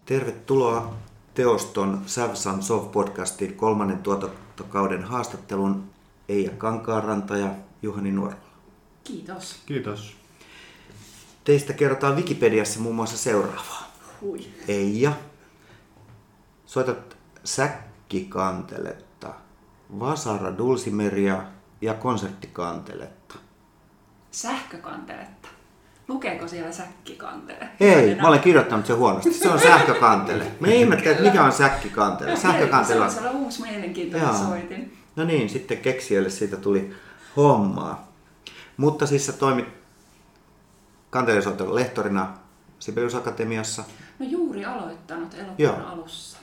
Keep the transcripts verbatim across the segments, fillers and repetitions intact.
Tervetuloa Teoston Savsan Sov-podcastin kolmannen tuotantokauden haastattelun Eija Kankaanranta ja Juhani Nuorvala. Kiitos. Kiitos. Teistä kerrotaan Wikipediassa muun muassa seuraavaa. Hui. Eija, soitat säkkikanteletta, vasara dulcimeria ja konserttikanteletta. Sähkökanteletta. Lukeeko siellä säkkikantele? Ei, mä olen kirjoittanut sen huonosti. Se on sähkökantele. Mä ihmettelen, että mikä on säkkikantele. Sähkökantele. Se on uusi mielenkiintoinen soitin. No niin, sitten keksijöille siitä tuli hommaa. Mutta siis sä toimit kantelesoiton lehtorina Sibelius Akatemiassa. No juuri aloittanut elokuun Joo. alussa.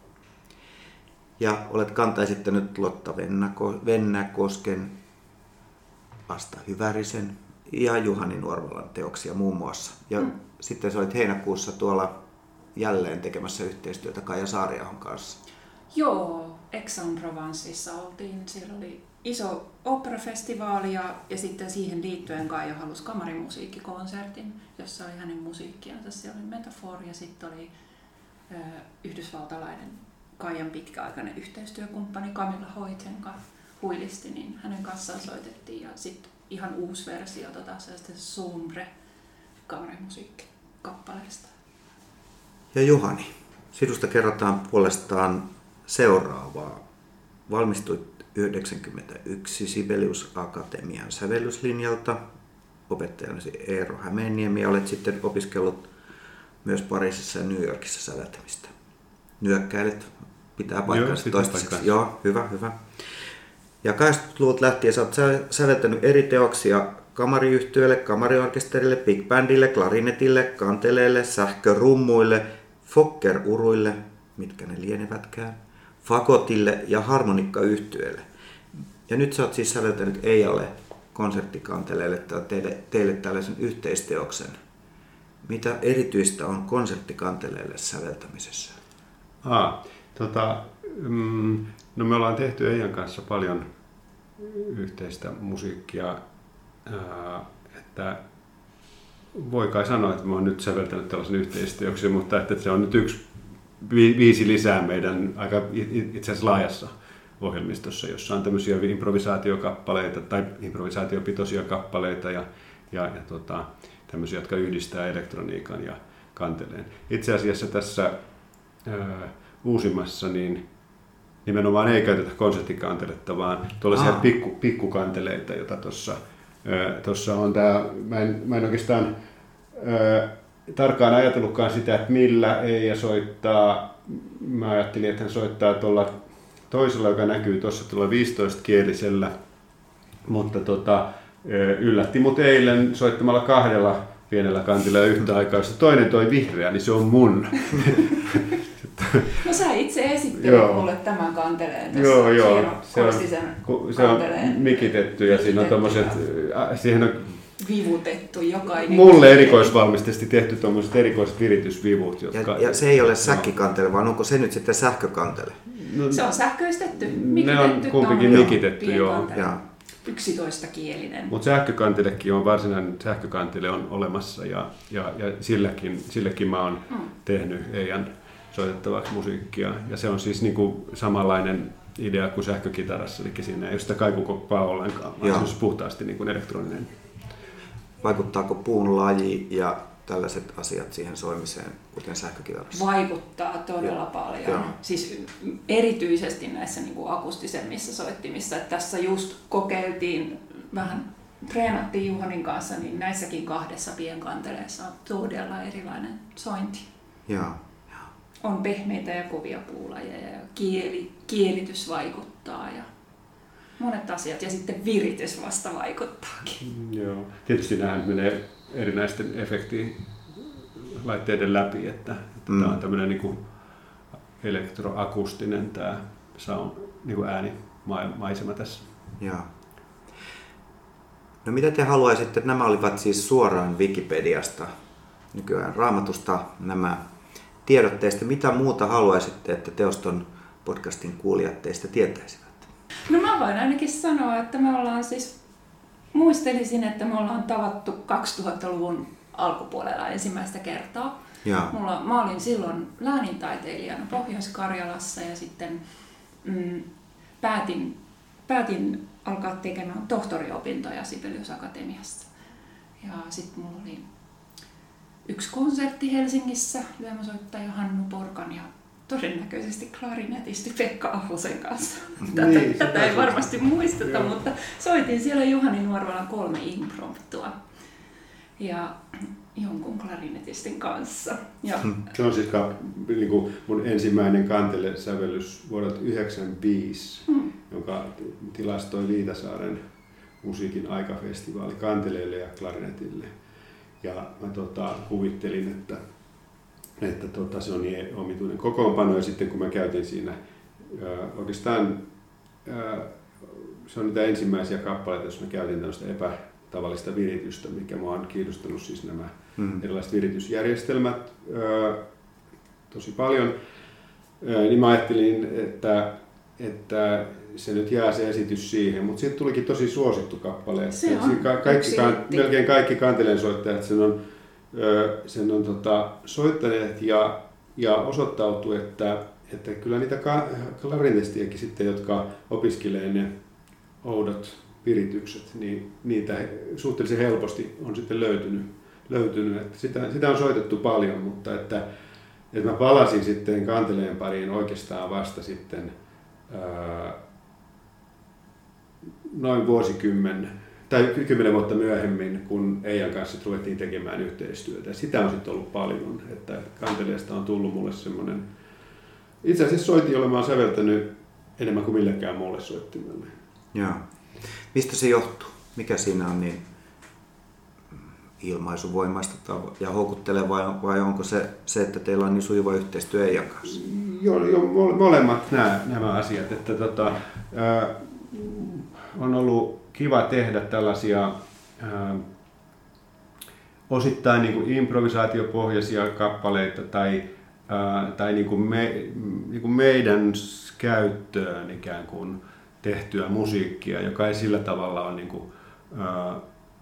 Ja olet kantaesittänyt Lotta Vennako- Vennäkosken, Asta Hyvärisen ja Juhani Nuorvalan teoksia muun muassa. Ja mm. sitten sä olit heinäkuussa tuolla jälleen tekemässä yhteistyötä Kaija Saariahon kanssa. Joo, Aix-en-Provencessa oltiin. Siellä oli iso operafestivaali ja, ja sitten siihen liittyen Kaija halusi kamarimusiikkikonsertin, jossa oli hänen musiikkiansa. Siellä oli Metafor ja sitten oli ö, yhdysvaltalainen Kaijan pitkäaikainen yhteistyökumppani Camilla Hoyt, jonka huilisti, niin hänen kanssaan soitettiin. Ja sitten ihan uusi versio tota, Sombre kamarimusiikkikappaleesta. Ja Juhani, sinusta kerrotaan puolestaan seuraavaa. Valmistuit yhdeksänkymmentäyksi Sibelius Akatemian sävellyslinjalta. Opettajasi Eero Hämeenniemi ja olet sitten opiskellut myös Pariisissa ja New Yorkissa säveltämistä. Nyökkäilet, pitää paikkansa toistaiseksi. Joo, hyvä, hyvä. Ja kahdeksankymmentäluvulta lähtien sä oot säveltänyt eri teoksia kamariyhtyeelle, kamariorkesterille, big bandille, klarinetille, kanteleille, sähkörummuille, fokkeruruille, mitkä ne lienevätkään, fagotille ja harmonikkayhtyeelle. Ja nyt sä oot siis säveltänyt Eijalle konserttikanteleille tai teille, teille tällaisen yhteisteoksen. Mitä erityistä on konserttikanteleille säveltämisessä? Ah, tota, mm, no me ollaan tehty Eijan kanssa paljon yhteistä musiikkia, ää, että voi kai sanoa, että mä oon nyt säveltänyt tällaisen yhteisteoksen, mutta että se on nyt yksi viisi lisää meidän aika itse asiassa laajassa ohjelmistossa, jossa on tämmöisiä improvisaatiokappaleita tai improvisaatiopitoisia kappaleita ja, ja, ja tota, tämmöisiä, jotka yhdistää elektroniikan ja kanteleen. Itse asiassa tässä ää, uusimmassa niin nimenomaan ei käytetä konserttikanteletta, vaan tuollaisia ah. pikku, pikkukanteleita, joita tuossa tuossa on tää, mä en, mä en oikeastaan ää, tarkkaan ajatellutkaan sitä, että millä Eija soittaa. Mä ajattelin, että hän soittaa tuolla toisella, joka näkyy tuossa tuolla viisitoistakielisellä, mutta tota, yllätti mut eilen soittamalla kahdella pienellä kantilla yhtä aikaa. Jos toinen toi vihreä, niin se on mun. No sä itse esittelit mulle tämän kanteleen tässä. Joo, joo. Se on, se on mikitetty ja siinä on tommoset, siihen on vivutettu jokainen. Mulle erikoisvalmisesti tehty tommoset erikoiset viritysvivut. Jotka, ja, ja se ei ole säkkikantele, vaan onko se nyt sitten sähkökantele? No, se on sähköistetty, mikitetty. Ne on kumpikin mikitetty, joo. yksitoistakielinen. Mutta sähkökantelekin on, varsinainen sähkökantele on olemassa ja, ja, ja silläkin, silläkin mä oon mm. tehnyt Eijan soitettavaksi musiikkia. Ja se on siis niinku samanlainen idea kuin sähkökitarassa, eli siinä ei ole sitä kaikukoppaa ollenkaan, vaan se on puhtaasti niinku elektroninen. Vaikuttaako puun laji ja tällaiset asiat siihen soimiseen, kuten sähkökitarassa? Vaikuttaa todella Joo. paljon. Joo. Siis erityisesti näissä niinku akustisemmissa soittimissa. Että tässä just kokeiltiin, vähän treenattiin Juhanin kanssa, niin näissäkin kahdessa pienkanteleessa on todella erilainen sointi. Joo. On pehmeitä ja kovia puulajeja ja kieli, kielitys vaikuttaa ja monet asiat ja sitten viritys vasta vaikuttaakin. Joo. Tietysti nämä menee erinäisten efektilaitteiden läpi, että, että mm. tämä on tämmöinen niin kuin elektroakustinen tämä sound, niin kuin äänimaisema tässä. Joo. No mitä te haluaisitte, nämä olivat siis suoraan Wikipediasta, nykyään Raamatusta nämä tiedotteista. Mitä muuta haluaisitte, että Teoston podcastin kuulijat teistä tietäisivät? No mä voin ainakin sanoa, että me ollaan siis, muistelisin, että me ollaan tavattu kaksituhattaluvun alkupuolella ensimmäistä kertaa. Mulla, mä olin silloin läänintaiteilijana Pohjois-Karjalassa ja sitten mm, päätin, päätin alkaa tekemään tohtoriopintoja Sibelius Akatemiassa. Ja sitten mulla oli yksi konsertti Helsingissä lyömäsoittaja Hannu Porkan ja todennäköisesti klarinetisti Pekka Ahosen kanssa. Tätä, niin, tätä ei varmasti muisteta, joo. Mutta soitin siellä Juhani Nuorvalan kolme impromptua ja jonkun klarinetistin kanssa. Ja se on siis ka, niin kuin mun ensimmäinen kantele-sävellys vuodelta yhdeksänkymmentäviisi, hmm. jonka tilastoi Viitasaaren musiikin aikafestivaali kanteleille ja klarinetille. Ja mä tota, kuvittelin, että että tota, se on niin omituinen kokoonpano, ja sitten kun mä käytin siinä ää, oikeastaan ää, se on niitä ensimmäisiä kappaleita, jos mä käytin tämmöistä epätavallista viritystä, mikä mua on kiinnostanut, siis nämä mm. erilaiset viritysjärjestelmät ää, tosi paljon, ää, niin mä ajattelin, että, että se nyt jää se esitys siihen, mutta siitä tulikin tosi suosittu kappale. Se on ka- kaikki, kan, melkein kaikki kantelensoittajat sen on sen on tota, soittaneet ja, ja osoittautui, että, että kyllä niitä klarinetistiäkin sitten, jotka opiskelee ne oudot viritykset, niin niitä suhteellisen helposti on sitten löytynyt. löytynyt. Että sitä, sitä on soitettu paljon, mutta että, että mä palasin sitten kanteleen pariin oikeastaan vasta sitten ää, noin vuosikymmen tai kymmenen vuotta myöhemmin, kun Eijan kanssa ruvettiin tekemään yhteistyötä. Sitä on sitten ollut paljon, että kanteleesta on tullut mulle semmoinen. Itse asiassa soitin, jolle mä oon säveltänyt enemmän kuin millekään muulle soittimelle. Joo. Mistä se johtuu? Mikä siinä on niin ilmaisuvoimaista ja houkuttelevaa, vai onko se, se, että teillä on niin sujuva yhteistyö Eijan kanssa? Joo, jo, molemmat nämä, nämä asiat. Että, tota, ää, on ollut kiva tehdä tällaisia ää, osittain niin kuin improvisaatiopohjaisia kappaleita tai, ää, tai niin kuin me, niin kuin meidän käyttöön ikään kuin tehtyä musiikkia, joka ei sillä tavalla ole, niin kuin, ää,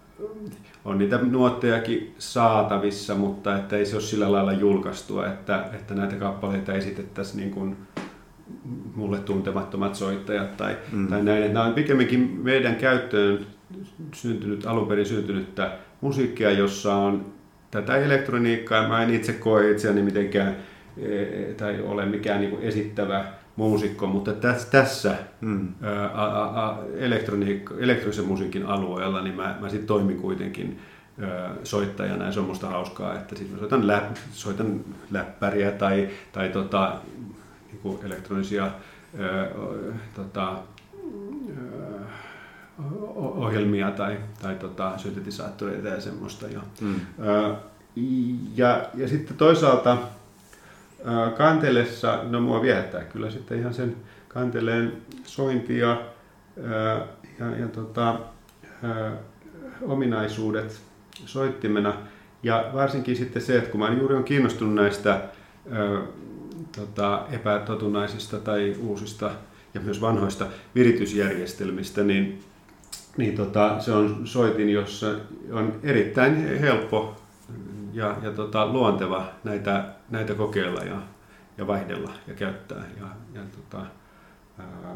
on niitä nuottejakin saatavissa, mutta että ei se ole sillä lailla julkaistua, että, että näitä kappaleita esitettäisiin niin kuin mulle tuntemattomat soittajat tai, mm. tai näin. Nämä on pikemminkin meidän käyttöön syntynyt, alun perin syntynyttä musiikkia, jossa on tätä elektroniikkaa. Mä en itse koe itseäni mitenkään tai ole mikään niin kuin esittävä muusikko, mutta tässä, tässä mm. ä, ä, ä, elektronisen musiikin alueella niin mä, mä sit toimin kuitenkin ä, soittajana, ja se on musta hauskaa, että sit mä soitan, läp, soitan läppäriä tai, tai tota, niin elektronisia ää, tota, ää, ohjelmia tai, tai tota, syntetisaattoreita ja semmoista. Ja, mm. ää, ja, ja sitten toisaalta ää, kantelessa, no mua viehättää kyllä sitten ihan sen kanteleen sointi ja, ää, ja, ja tota, ää, ominaisuudet soittimena. Ja varsinkin sitten se, että kun mä juuri olen kiinnostunut näistä ää, Tota, epätotunaisista tai uusista ja myös vanhoista viritysjärjestelmistä, niin, niin tota, se on soitin, jossa on erittäin helppo ja, ja tota, luonteva näitä, näitä kokeilla ja, ja vaihdella ja käyttää. Ja, ja, tota, ää,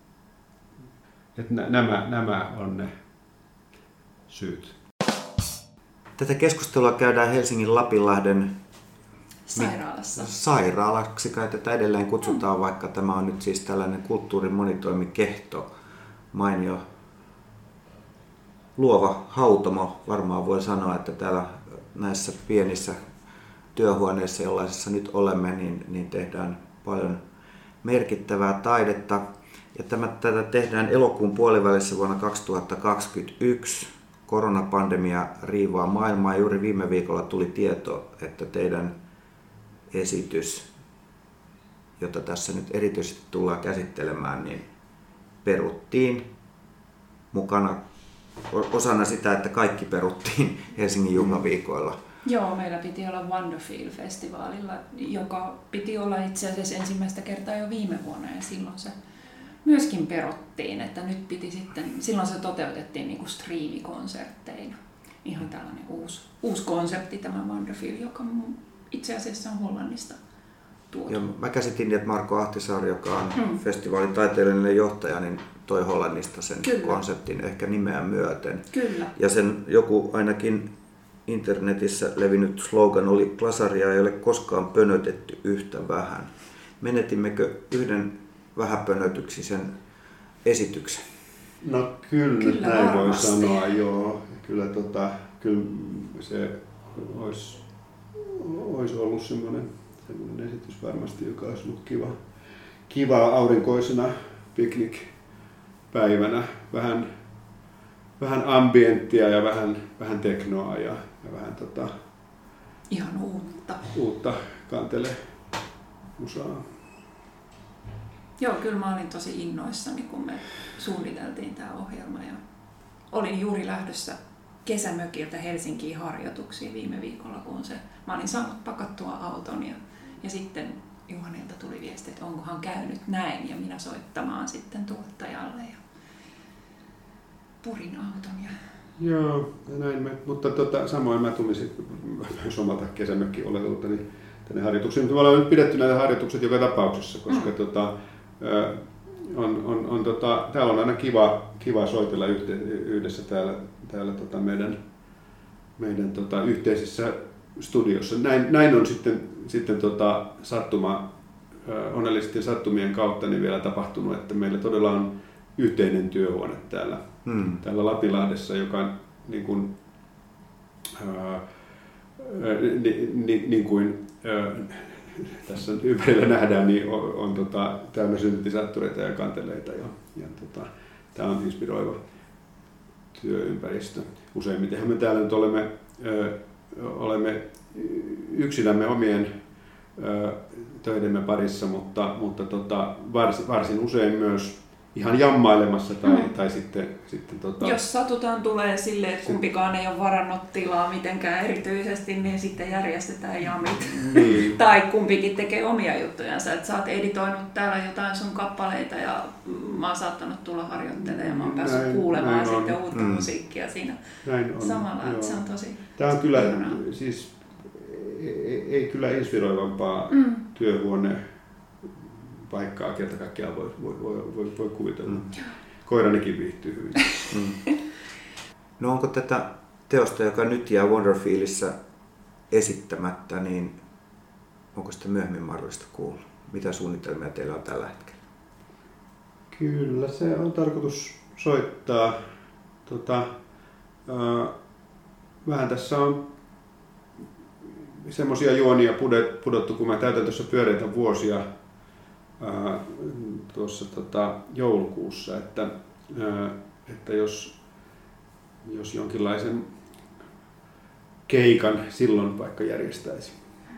et nämä, nämä on ne syyt. Tätä keskustelua käydään Helsingin Lapinlahden sairaalassa. Sairaalaksi kai tätä edelleen kutsutaan, mm. vaikka tämä on nyt siis tällainen kulttuurin monitoimikehto, mainio luova hautomo. Varmaan voi sanoa, että täällä näissä pienissä työhuoneissa, jollaisissa nyt olemme, niin, niin tehdään paljon merkittävää taidetta. Ja tämä, tätä tehdään elokuun puolivälissä vuonna kaksituhattakaksikymmentäyksi. Koronapandemia riivaa maailmaa. Juuri viime viikolla tuli tieto, että teidän esitys, jota tässä nyt erityisesti tullaan käsittelemään, niin peruttiin mukana osana sitä, että kaikki peruttiin Helsingin juhlaviikoilla. Joo, meillä piti olla Wonderfeel-festivaalilla, joka piti olla itse asiassa ensimmäistä kertaa jo viime vuonna, ja silloin se myöskin peruttiin, että nyt piti sitten, silloin se toteutettiin niin kuin striimikonsertteina. Ihan tällainen uusi, uusi konsepti, tämä Wonderfeel, joka itse asiassa on Hollannista tuotu. Ja mä käsitin, että Marko Ahtisaari, joka on hmm. festivaalin taiteellinen johtaja, niin toi Hollannista sen Kyllä. konseptin ehkä nimeä myöten. Kyllä. Ja sen joku ainakin internetissä levinnyt slogan oli: glasaria ei ole koskaan pönötetty yhtä vähän. Menetimmekö yhden vähäpönötyksisen esityksen? No kyllä, kyllä näin varmasti. voi sanoa, joo. Kyllä, tota, kyllä se olisi, olisi ollut semmoinen, semmoinen esitys varmasti, joka olisi ollut kiva, kiva aurinkoisena piknikpäivänä. Vähän, vähän ambienttia ja vähän, vähän teknoa ja, ja vähän tota, ihan uutta. uutta kantele musaa. Joo, kyllä mä olin tosi innoissani, kun me suunniteltiin tämä ohjelma. Ja olin juuri lähdössä kesämökiltä Helsinkiin harjoituksiin viime viikolla, kun se, mä olin saanut pakattua auton ja, ja sitten Juhanilta tuli viesti, että onkohan käynyt näin ja minä soittamaan sitten tuottajalle ja purin auton. Ja... Joo, näin me, mutta tota, samoin mä tulin sitten myös omalta kesämökkiolevelta niin tänne harjoituksiin. Me ollaan nyt pidetty näitä harjoitukset joka tapauksessa, koska mm. tota, on, on, on, tota, täällä on aina kiva, kiva soitella yhte, yhdessä täällä, täällä tota meidän, meidän tota, yhteisessä studiossa. Näin, näin on sitten, sitten tota, sattuma, onnellisten sattumien kautta niin vielä tapahtunut, että meillä todella on yhteinen työhuone täällä, hmm. täällä Lapilahdessa, joka niin kuin, ää, ni, ni, niin kuin ää, tässä ympärillä nähdään, niin on, on tota, täynnä syntetisaattoreita ja kanteleita. Ja, ja tota, tämä on inspiroiva työympäristö. Useimmitenhan me täällä nyt olemme, ö, olemme yksinämme omien ö, töidemme parissa, mutta, mutta tota, varsin, varsin usein myös ihan jammailemassa tai, mm. tai sitten... sitten tota... Jos satutaan tulee silleen, että kumpikaan ei ole varannut tilaa mitenkään erityisesti, niin sitten järjestetään jamit. Niin. Tai kumpikin tekee omia juttujansa. Että sä oot editoinut täällä jotain sun kappaleita ja mä oon saattanut tulla harjoittelemaan ja mä oon päässyt näin, kuulemaan näin sitten on. uutta mm. musiikkia siinä näin on. Samalla. Että se on tosi Tämä on kyllä, siis, ei, ei kyllä inspiroivampaa mm. työhuone paikkaa kerta kaikkiaan voi, voi, voi, voi, voi kuvitella. Mm. Koiranikin viihtyy hyvin. Mm. No onko tätä teosta, joka nyt jää Wonderfeelissä esittämättä, niin onko sitä myöhemmin mahdollista kuulla? Mitä suunnitelmia teillä on tällä hetkellä? Kyllä, se on tarkoitus soittaa. Tota, äh, vähän tässä on semmoisia juonia pudottu, kun mä täytän tuossa pyöreitä vuosia Äh, tuossa tota, joulukuussa, että, äh, että jos, jos jonkinlaisen keikan silloin vaikka järjestäisi.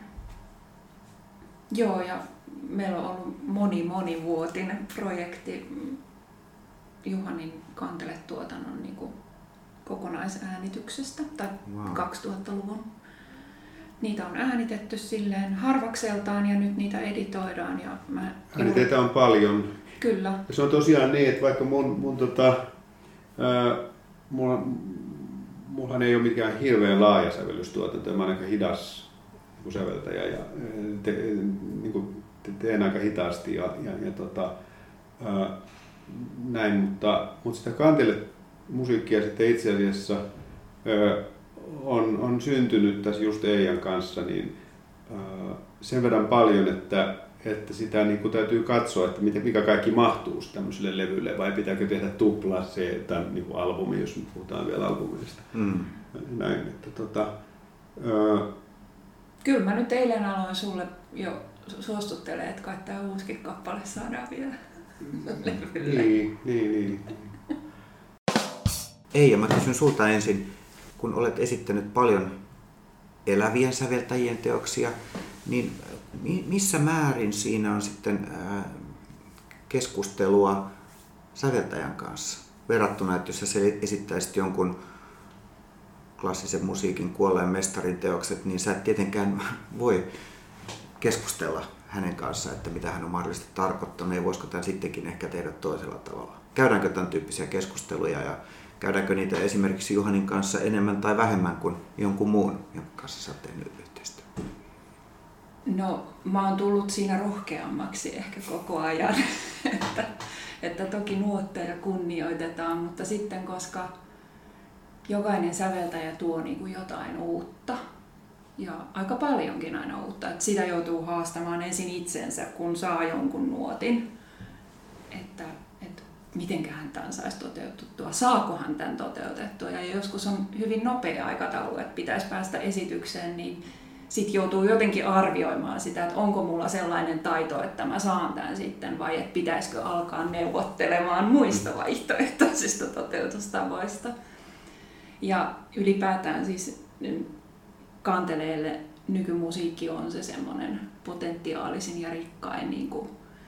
Joo, ja meillä on ollut moni monivuotinen projekti Juhanin kanteletuotannon niin kuin kokonaisäänityksestä tai wow. kaksituhattaluvun. Niitä on äänitetty silleen harvakseltaan ja nyt niitä editoidaan. Ja mä äänitetä on paljon. Kyllä. Ja se on tosiaan niin, että vaikka mun, mun tota, ää, mulla, mulla ei ole mikään hirveän laaja sävellystuotanto, mä olen aika hidas niin säveltäjä ja te, niin kuin teen aika hitaasti ja, ja, ja tota, ää, näin, mutta, mutta sitä kantelemusiikkia sitten itse asiassa ää, On, on syntynyt tässä just Eijan kanssa niin, äh, sen verran paljon, että, että sitä niin kuin täytyy katsoa, että miten, mikä kaikki mahtuu tämmöiselle levylle vai pitääkö tehdä tupla se tai niin kuin albumi, jos nyt puhutaan vielä albumista. Mm. Näin, että, tota, äh, Kyllä mä nyt eilen aloin sulle jo suostuttelemaan, että kai tämä uusikin kappale saadaan vielä levylle. Niin, niin, niin. Eija, mä kysyn sulta ensin. Kun olet esittänyt paljon elävien säveltäjien teoksia, niin missä määrin siinä on sitten keskustelua säveltäjän kanssa? Verrattuna, että jos sä esittäisit jonkun klassisen musiikin kuolleen mestarin teokset, niin sä et tietenkään voi keskustella hänen kanssaan, että mitä hän on mahdollisesti tarkoittanut ja voisiko tämän sittenkin ehkä tehdä toisella tavalla. Käydäänkö tämän tyyppisiä keskusteluja ja käydäänkö niitä esimerkiksi Juhanin kanssa enemmän tai vähemmän kuin jonkun muun, jonka kanssa sä oot tehnyt yhteistyötä? No, mä oon tullut siinä rohkeammaksi ehkä koko ajan, että, että toki nuotteja kunnioitetaan, mutta sitten koska jokainen säveltäjä tuo niin kuin jotain uutta ja aika paljonkin aina uutta, että sitä joutuu haastamaan ensin itsensä, kun saa jonkun nuotin, että, että mitenköhän tämän saisi toteutettua, saakohan tämän toteutettua, ja joskus on hyvin nopea aikataulu, että pitäisi päästä esitykseen, niin sitten joutuu jotenkin arvioimaan sitä, että onko mulla sellainen taito, että mä saan tämän sitten, vai että pitäisikö alkaa neuvottelemaan muista vaihtoehtoisista toteutustavoista. Ja ylipäätään siis kanteleelle nykymusiikki on se semmoinen potentiaalisin ja rikkain niin kuin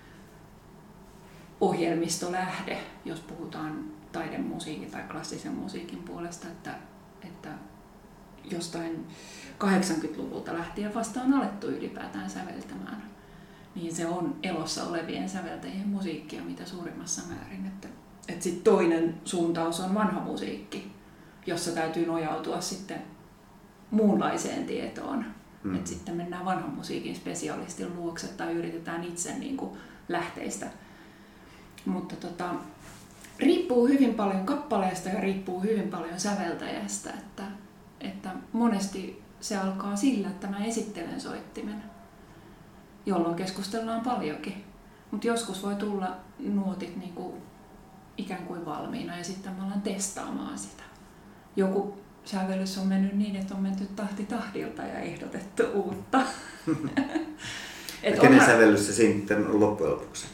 ohjelmistolähde, jos puhutaan taidemusiikin tai klassisen musiikin puolesta, että, että jostain kahdeksankymmentäluvulta lähtien vasta on alettu ylipäätään säveltämään, niin se on elossa olevien säveltäjien musiikkia mitä suurimmassa määrin. Että, että sit toinen suuntaus on vanha musiikki, jossa täytyy nojautua sitten muunlaiseen tietoon. Mm. Että sitten mennään vanhan musiikin spesialistin luokse tai yritetään itse niin kuin lähteistä. Mutta tota, riippuu hyvin paljon kappaleesta ja riippuu hyvin paljon säveltäjästä. Että, että monesti se alkaa sillä, että mä esittelen soittimen, jolloin keskustellaan paljonkin. Mutta joskus voi tulla nuotit niin kuin ikään kuin valmiina ja sitten mä alan testaamaan sitä. Joku sävellys on mennyt niin, että on menty tahti tahdilta ja ehdotettu uutta. Et kenen onhan... sävellys se sitten on loppujen lopuksi?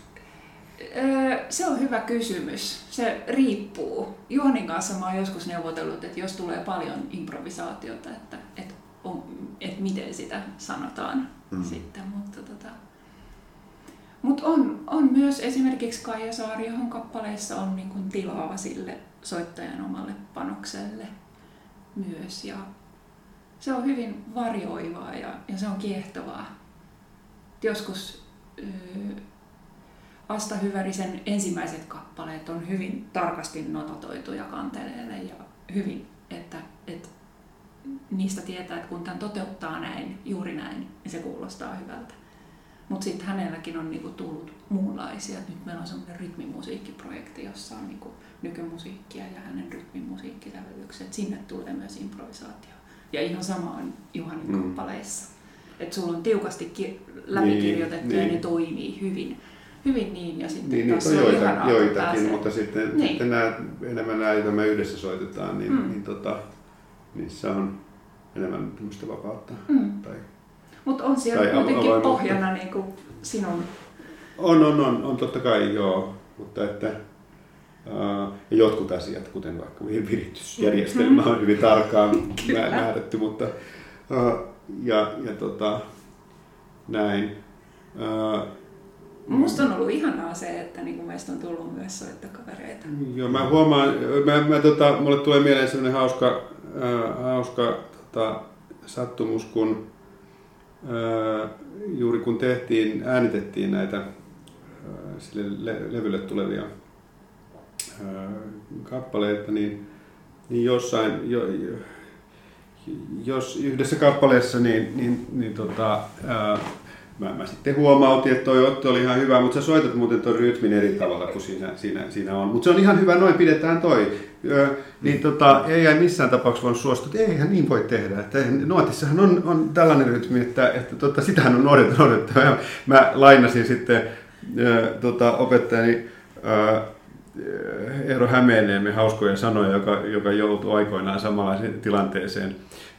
Se on hyvä kysymys. Se riippuu. Juhanin kanssa mä oon joskus neuvotellut, että jos tulee paljon improvisaatiota, että, että, on, että miten sitä sanotaan mm. sitten. Mutta tota... Mut on, on myös esimerkiksi Kaija Saariahon kappaleissa on niin kuin tilaa sille soittajan omalle panokselle myös. Ja se on hyvin varjoivaa ja, ja se on kiehtovaa. Joskus ö, Asta Hyvärisen ensimmäiset kappaleet on hyvin tarkasti nototoituja kanteleelle ja hyvin, että, että niistä tietää, että kun tämän toteuttaa näin, juuri näin, niin se kuulostaa hyvältä. Mutta sitten hänelläkin on niinku tullut muunlaisia. Nyt meillä on semmoinen rytmimusiikkiprojekti, jossa on niinku nykymusiikkia ja hänen rytmimusiikkisävellykset. Sinne tulee myös improvisaatio. Ja ihan sama on Juhanin mm. kappaleissa. Että sulla on tiukasti ki- läpikirjoitettu niin, ja niin. ne toimii hyvin. Hyvin niin, ja sitten niin, taas on on joita, ihanaa, joitakin, pääsee. mutta sitten, niin. sitten nämä, enemmän nämä, joita me yhdessä soitetaan, niin, mm. niin tota, niissä on enemmän tämmöistä vapautta. Mm. Tai, mutta on siellä tai kuitenkin avoimuutta. pohjana niin kuin sinun... On, on, on, on totta kai joo, mutta että uh, jotkut asiat, kuten vaikka viritysjärjestelmä on hyvin tarkkaan määrätty, mutta uh, ja, ja tota, näin. Uh, Musta on ollut ihanaa se, että niin meistä on tullut myös soittokavereita. Joo, mä huomaan, mä, mä, tota, mulle tulee mieleen sellainen hauska, äh, hauska tota, sattumus, kun äh, juuri kun tehtiin, äänitettiin näitä äh, sille le- levylle tulevia äh, kappaleita, niin, niin jossain, jo, jo, jos yhdessä kappaleessa, niin, niin, niin tota, äh, Mä, mä sitten huomautin, että toi Otto oli ihan hyvä, mutta sä soitat muuten ton rytmin eri tavalla kuin siinä, siinä, siinä on. Mutta se on ihan hyvä, noin pidetään toi. Ö, niin tota, ei ei missään tapauksessa voinut suostua, että eihän niin voi tehdä. Että nuotissahan on, on tällainen rytmi, että, että tota, sitähän on noudatettava. Mä, mä lainasin sitten ö, tota, opettajani ö, Eero Hämeenniemen hauskoja sanoja, joka, joka joutui aikoinaan samanlaiseen tilanteeseen.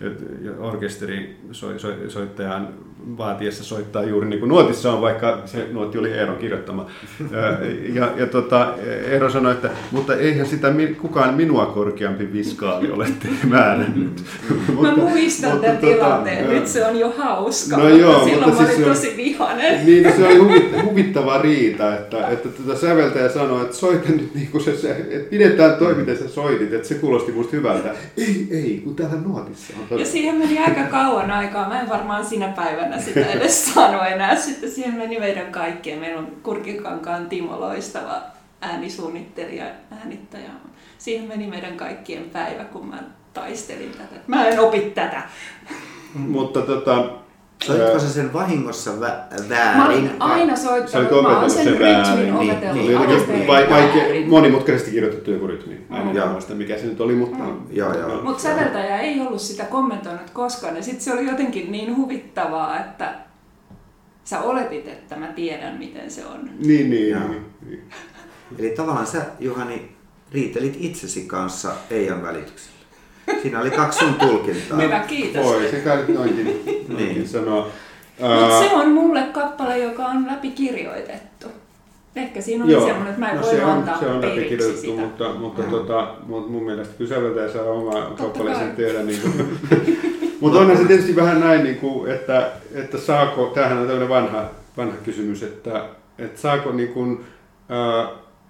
Orkesterisoittajan vaatiessa soittaa juuri niin kuin nuotissa on, vaikka se nuotti oli Eeron kirjoittama. Ja, ja tota, Eero sanoi, että mutta eihän sitä kukaan minua korkeampi viskaali ole määrännyt. Mä muistan tämän tilanteen, nyt se on jo hauska, no joo, silloin mutta mä olin siis tosi vihainen. Niin, no se oli huvittava riita, että, että tätä säveltäjä sanoi, että soita nyt niin kuin se, se että pidetään toi, miten sä soitit, että se kuulosti musta hyvältä. Ei, ei, kun täällä nuotissa on. Ja siihen meni aika kauan aikaa. Mä en varmaan sinä päivänä sitä edes sano enää. Sitten siihen meni meidän kaikkien. Meillä on Kurkikankaan Timo loistava äänisuunnittelija, äänittäjä. Siihen meni meidän kaikkien päivä, kun mä taistelin tätä. Mä en opi tätä. Mutta tota, Soitko se sen vahingossa vä- väärin? Mä olin aina soittanut, Sä mä oon sen rytmin niin, opetellut niin, alun Oli perin vai, vaikea, väärin. monimutkaisesti kirjoitettu joku rytmi. Mä en Mm. mm. muista mikä se nyt oli, mutta... Mm. Joo, joo. Mutta säveltäjä ei ollut sitä kommentoinut koskaan ja sitten se oli jotenkin niin huvittavaa, että sä oletit, että mä tiedän miten se on. Niin, niin, Joo. niin, niin. Eli tavallaan sä, Juhani, riitelit itsesi kanssa Eijan välityksellä. Siinä oli kaksi sun tulkintaa. Hyvä, kiitos. Voi, se kai nyt noinkin, noinkin Niin. sanoa. Mutta Ää, se on mulle kappale, joka on läpikirjoitettu. Ehkä siinä on Joo, semmoinen, että mä en no voi se on, antaa se on periksi läpikirjoitettu, sitä. mutta, mutta Mm. tota, mun mun mielestä kyllä säveltäjä saa oma kappaleensa kai. tehdä. Niin kuin. Mutta onhan se tietysti vähän näin, niin kuin, että, että saako, tämähän on tämmöinen vanha, vanha kysymys, että, että saako niin kuin, ää,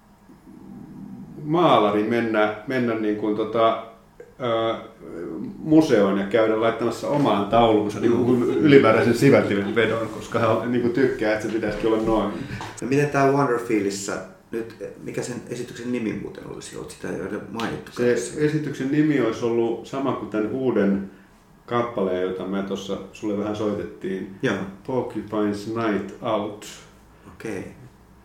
maalari mennä, mennä niin kuin, tota, ää, museoon ja käydä laittamassa omaan tauluunsa niin kuin ylimääräisen siveltimen vedon, koska hän niin kuin tykkää, että se pitäisikin olla noin. No miten tää Wonderfeelissä nyt, mikä sen esityksen nimi muuten olisi? Olet sitä jo mainittu. Se esityksen nimi olisi ollut sama kuin tämän uuden kappaleen, jota me tuossa sulle vähän soitettiin. Joo, Porcupine's Night Out. okei. Okay.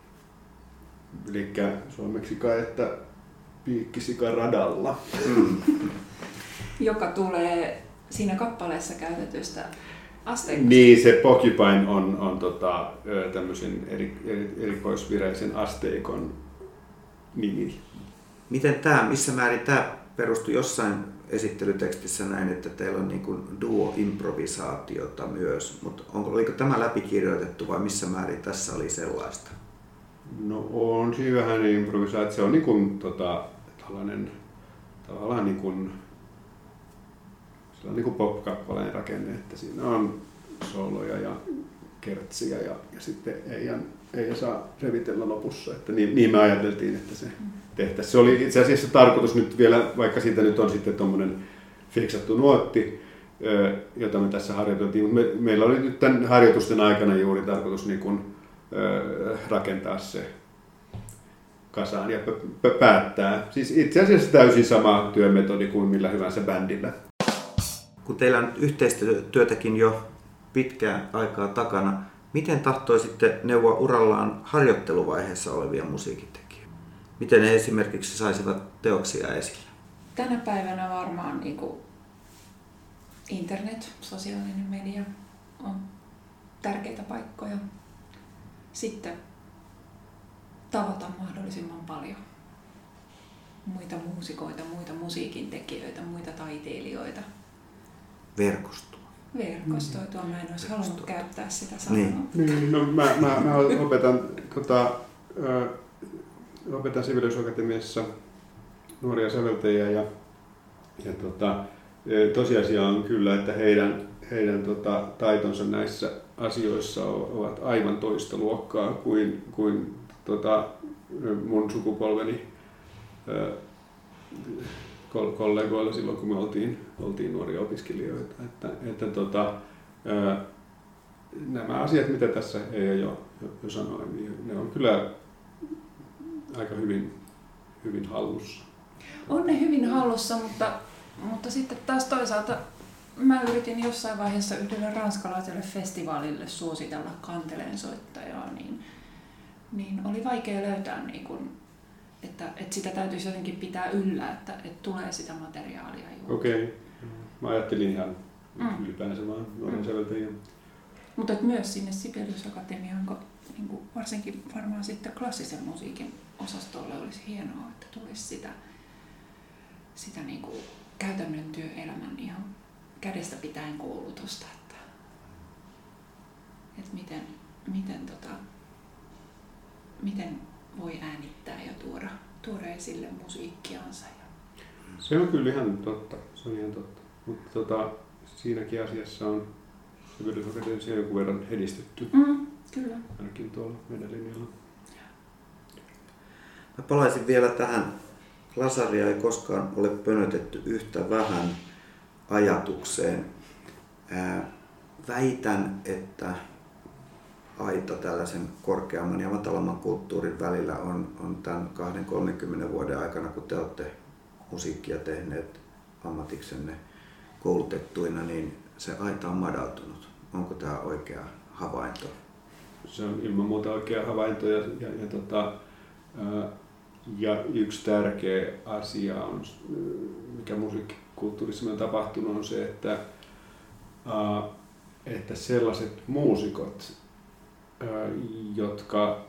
Eli suomeksi kai, että piikkisika radalla. Mm. Joka tulee siinä kappaleessa käytetystä asteikosta. Niin, se Porcupine on, on tota, tämmöisen eri, eri, erikoisvireisen asteikon nimi. Miten tämä, missä määrin tämä perustui jossain esittelytekstissä näin, että teillä on niin kuin duo-improvisaatiota myös, mutta onko, oliko tämä läpikirjoitettu vai missä määrin tässä oli sellaista? No on siinä vähän improvisaatio. Se on niin kuin, tota, tällainen, tavallaan niin kuin, se on niin kuin pop-kappaleen rakenne, että siinä on sooloja ja kertsiä ja, ja sitten Eijan, Eija saa revitellä lopussa. Että niin, niin me ajateltiin, että se tehtäisiin. Se oli itse asiassa tarkoitus nyt vielä, vaikka siitä nyt on sitten tuommoinen fiksattu nuotti, jota me tässä harjoiteltiin, mutta me, meillä oli nyt tämän harjoitusten aikana juuri tarkoitus niin kuin, rakentaa se kasaan ja p- p- päättää. Siis itse asiassa täysin sama työmetodi kuin millä hyvänsä bändillä. Kun teillä on yhteistyötäkin jo pitkään aikaa takana, miten tahtoisitte neuvoa urallaan harjoitteluvaiheessa olevia musiikintekijöitä? Miten ne esimerkiksi saisivat teoksia esille? Tänä päivänä varmaan niin kuin internet, sosiaalinen media on tärkeitä paikkoja. Sitten tavata mahdollisimman paljon muita muusikoita, muita musiikintekijöitä, muita taiteilijoita. Verkostua. Verkostoitua. Mä en olisi halunnut käyttää sitä sanaa. Niin. Niin, no, mä, mä, mä opetan, tota, ö, opetan Sibelius-akatemiassa nuoria säveltäjiä ja, ja tota, tosiasia on kyllä, että heidän, heidän tota, taitonsa näissä asioissa ovat aivan toista luokkaa kuin, kuin tota, mun sukupolveni ö, kollegoilla silloin, kun me oltiin, oltiin nuoria opiskelijoita. Että, että, tota, ö, nämä asiat, mitä tässä ei jo, jo sanoin, niin ne on kyllä aika hyvin, hyvin hallussa. On ne hyvin hallussa, mutta, mutta sitten taas toisaalta mä yritin jossain vaiheessa yhdelle ranskalaiselle festivaalille suositella kanteleen soittajaa, niin, niin oli vaikea löytää, niin kun, että, että sitä täytyisi jotenkin pitää yllä, että, että tulee sitä materiaalia juuri. Okei. Okay. Mä ajattelin ihan Mm. ylipäänsä vaan nuoren Mm. säveltäjiä. Mutta myös sinne Sibelius-akatemiaan, kun, niin kuin varsinkin varmaan sitten klassisen musiikin osastolle olisi hienoa, että tulisi sitä, sitä niin kuin käytännön työelämän ihan kädestä pitäen koulutusta, että, että miten, miten, tota, miten voi äänittää ja tuoda, tuoda esille musiikkiansa. Se on kyllä ihan totta. Se on ihan totta. Mutta tota, siinäkin asiassa on Sibelius-akatemiassa jonkun verran edistytty. Mm, kyllä. Ainakin tuolla meidän linjalla. Mä palaisin vielä tähän. Lasaria ei koskaan ole pönötetty yhtä vähän ajatukseen. Ää, väitän, että aita tällaisen korkeamman ja matalamman kulttuurin välillä on, on tämän kaksikymmentä kolmekymmentä vuoden aikana, kun te olette musiikkia tehneet ammatiksenne koulutettuina, niin se aita on madaltunut. Onko tämä oikea havainto? Se on ilman muuta oikea havainto ja, ja, ja, tota, ää, ja yksi tärkeä asia, on, mikä musiikkikulttuurissa on tapahtunut, on se, että, ää, että sellaiset muusikot, ää, jotka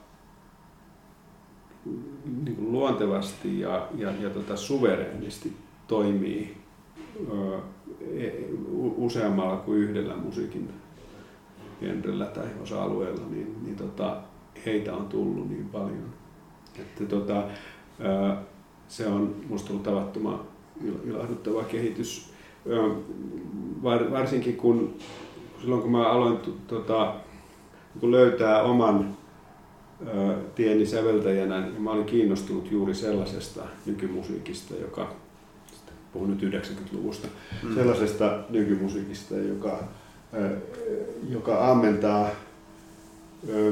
niin kuin luontevasti ja, ja, ja tota, suvereenisti toimii ää, useammalla kuin yhdellä musiikin genrellä tai osa-alueella, niin, niin tota, heitä on tullut niin paljon. Että, tota, ää, se on minusta ollut tavattoman ilahduttava kehitys. Ää, var, varsinkin kun silloin kun mä aloin tota, kun löytää oman ää, tieni säveltäjänä, niin mä olin kiinnostunut juuri sellaisesta nykymusiikista, joka, puhun nyt yhdeksänkymmentäluvusta, mm. sellaisesta nykymusiikista, joka joka ammentaa ö,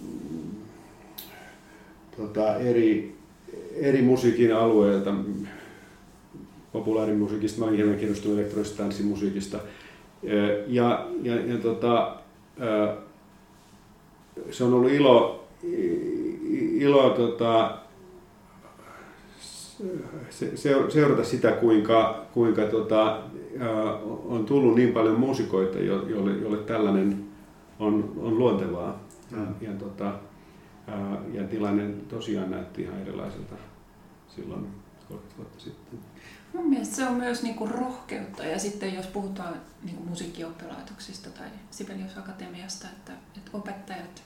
tota, eri, eri musiikin alueilta, populaarimusiikista, mä olen hieman kiinnostunut elektronisesta tanssimusiikista. Ja, ja, ja tota, se on ollut ilo, ilo tota, seurata sitä, kuinka, kuinka tota, on tullut niin paljon muusikoita, joille, joille tällainen on, on luontevaa. Mm. Ja, ja, tota, ja tilanne tosiaan näytti ihan erilaiselta silloin kolmekymmentä vuotta sitten. Mun mielestä se on myös niinku rohkeutta, ja sitten jos puhutaan niinku musiikkioppilaitoksista tai Sibelius Akatemiasta, että, että opettajat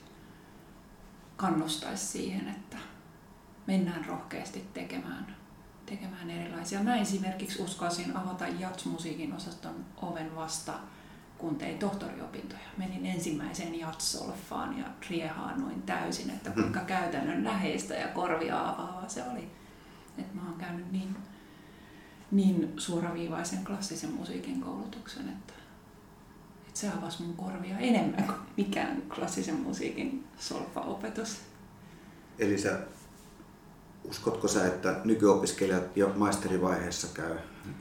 kannustaisi siihen, että mennään rohkeasti tekemään, tekemään erilaisia. Mä esimerkiksi uskalsin avata jazzmusiikin osaston oven vasta, kun tein tohtoriopintoja. Menin ensimmäiseen jazz-solfaan ja riehaannuin täysin, että kuinka käytännön läheistä ja korvia avaava se oli. Et mä oon käynyt niin, niin suoraviivaisen klassisen musiikin koulutuksen, että, että se avasi mun korvia enemmän kuin mikään klassisen musiikin solfa-opetus. Eli sä uskotko sä, että nykyopiskelijat jo maisterivaiheessa käy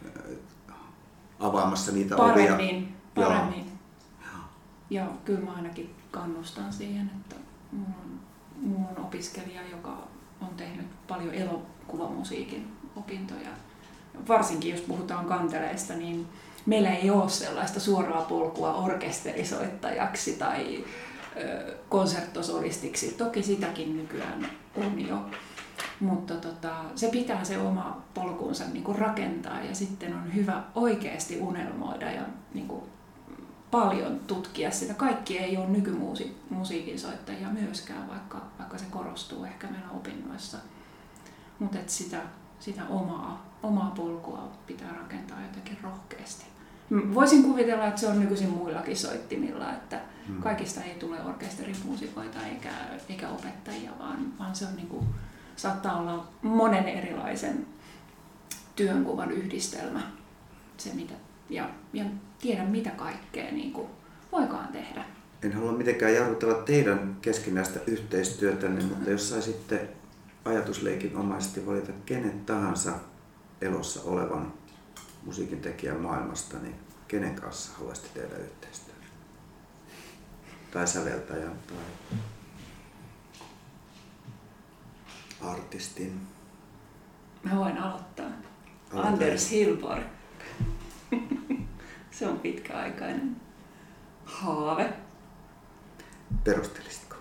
avaamassa niitä paremmin, ovia? Paremmin. Joo. Ja kyllä mä ainakin kannustan siihen, että mulla on, mulla on opiskelija, joka on tehnyt paljon elokuvamusiikin opintoja. Varsinkin jos puhutaan kanteleista, niin meillä ei ole sellaista suoraa polkua orkesterisoittajaksi tai ö, konserttosolistiksi. Toki sitäkin nykyään on jo. Mutta tota, se pitää se oma polkunsa niinku rakentaa ja sitten on hyvä oikeasti unelmoida ja niinku paljon tutkia sitä. Kaikki ei ole nykymusiikin soittajia myöskään, vaikka, vaikka se korostuu ehkä meillä opinnoissa. Mutta sitä, sitä omaa, omaa polkua pitää rakentaa jotenkin rohkeasti. Voisin kuvitella, että se on nykyisin muillakin soittimilla, että hmm. kaikista ei tule orkesterimuusikoita eikä, eikä opettajia, vaan, vaan se on niinku, saattaa olla monen erilaisen työnkuvan yhdistelmä. Se, mitä, ja, ja tiedä mitä kaikkea niin kuin voikaan tehdä. En halua mitenkään jarrutella teidän keskinäistä yhteistyötänne, mutta jos saisitte ajatusleikin omaisesti valita kenen tahansa elossa olevan musiikin tekijän maailmasta, niin kenen kanssa haluaisitte tehdä yhteistyötä? Tai säveltäjän tai artistin? Mä voin aloittaa. Aloitan. Anders Hillborg. Se on pitkäaikainen haave. Perustelisitko?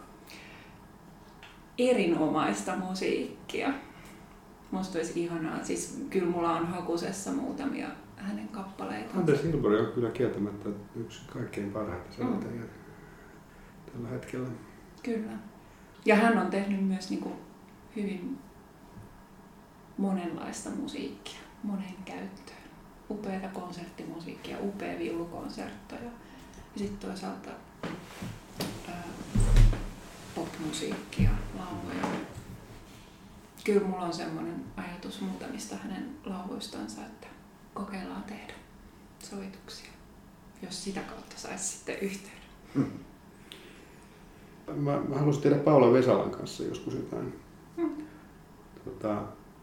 Erinomaista musiikkia. Musta olisi ihanaa. Siis kyllä mulla on hakusessa muutamia hänen kappaleita. Anders Hillborg on kyllä kieltämättä yksi kaikkein parhaita säveltäjiä mm. tällä hetkellä. Kyllä. Ja hän on tehnyt myös niin kuin hyvin monenlaista musiikkia, monen käyttöön. Upeata konserttimusiikkia, upea viulukonsertto ja sitten toisaalta ää, popmusiikkia, lauluja. Kyllä mulla on semmoinen ajatus muutamista hänen lauluistansa, että kokeillaan tehdä sovituksia, jos sitä kautta saisi sitten yhteyden. Hmm. Mä, mä haluaisin tehdä Paula Vesalan kanssa joskus jotain. Hmm. Tota,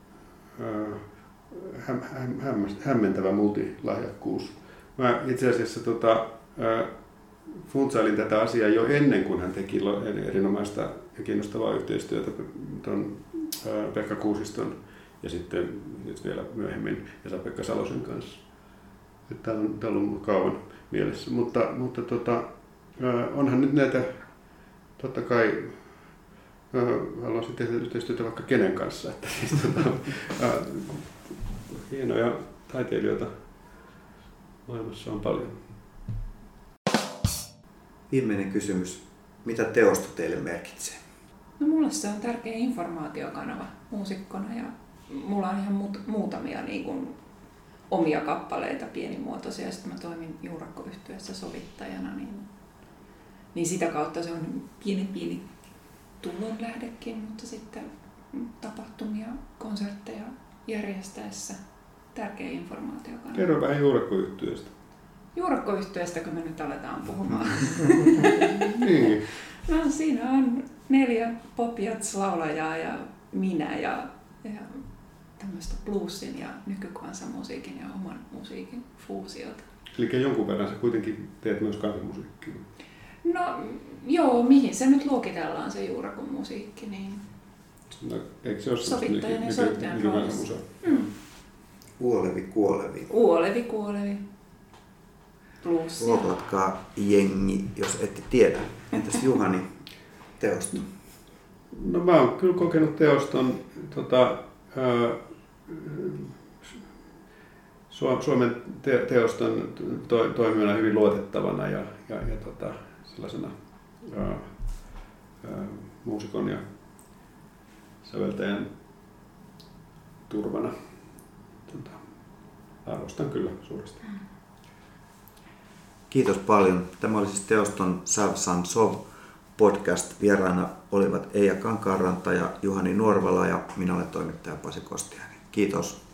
häm, häm, hämmentävä multilahjakkuus. Mä itse asiassa tota, funtsailin tätä asiaa jo ennen kuin hän teki erinomaista ja kiinnostavaa yhteistyötä tuon Pekka Kuusiston ja sitten nyt vielä myöhemmin Esa-Pekka Salosen kanssa. Tämä on, tämä on ollut kauan mielessä, mutta, mutta tota, onhan nyt näitä, totta kai haluaisin tehdä yhteistyötä vaikka kenen kanssa, että siis tota, hienoja taiteilijoita maailmassa on paljon. Viimeinen kysymys. Mitä teosto teille merkitsee? No mulle se on tärkeä informaatiokanava muusikkona ja mulla on ihan muut, muutamia niin kuin, omia kappaleita pienimuotoisia. Sitten mä toimin Juurakko-yhtyeessä sovittajana, niin, niin sitä kautta se on pieni pieni tulonlähdekin, mutta sitten tapahtumia, konsertteja järjestäessä tärkeä informaatiokanava. Kerro vähän Juurakko-yhtyeestä. Juurakko-yhtyeestä, kun me nyt aletaan puhumaan. Niin. No, siinä on neljä pop-jazz-laulajaa ja minä ja, ja tämmöistä bluesin ja nykykansanmusiikin ja oman musiikin fuusiota. Eli jonkun verran sä kuitenkin teet myös kansanmusiikkia. No joo, mihin se nyt luokitellaan se Juurakon musiikki, niin no, eikö se ole sovittajan ja soittajan roolissa. Mm. Uolevi kuolevi. Uolevi kuolevi. Bluesia. Lopatkaa jengi, jos ette tiedä. Entäs Juhani, teosto? No mä oon kyllä kokenut teoston tota, ää, Suomen te- teoston to- toimijana hyvin luotettavana ja, ja, ja tota, sellaisena ää, ää, muusikon ja säveltäjän turvana. Tota, arvostan kyllä suuresti. Kiitos paljon. Tämä oli siis teoston Sav San Sov podcast. Vieraana olivat Eija Kankaanranta ja Juhani Nuorvala ja minä olen toimittaja Pasi Kostiainen. Kiitos.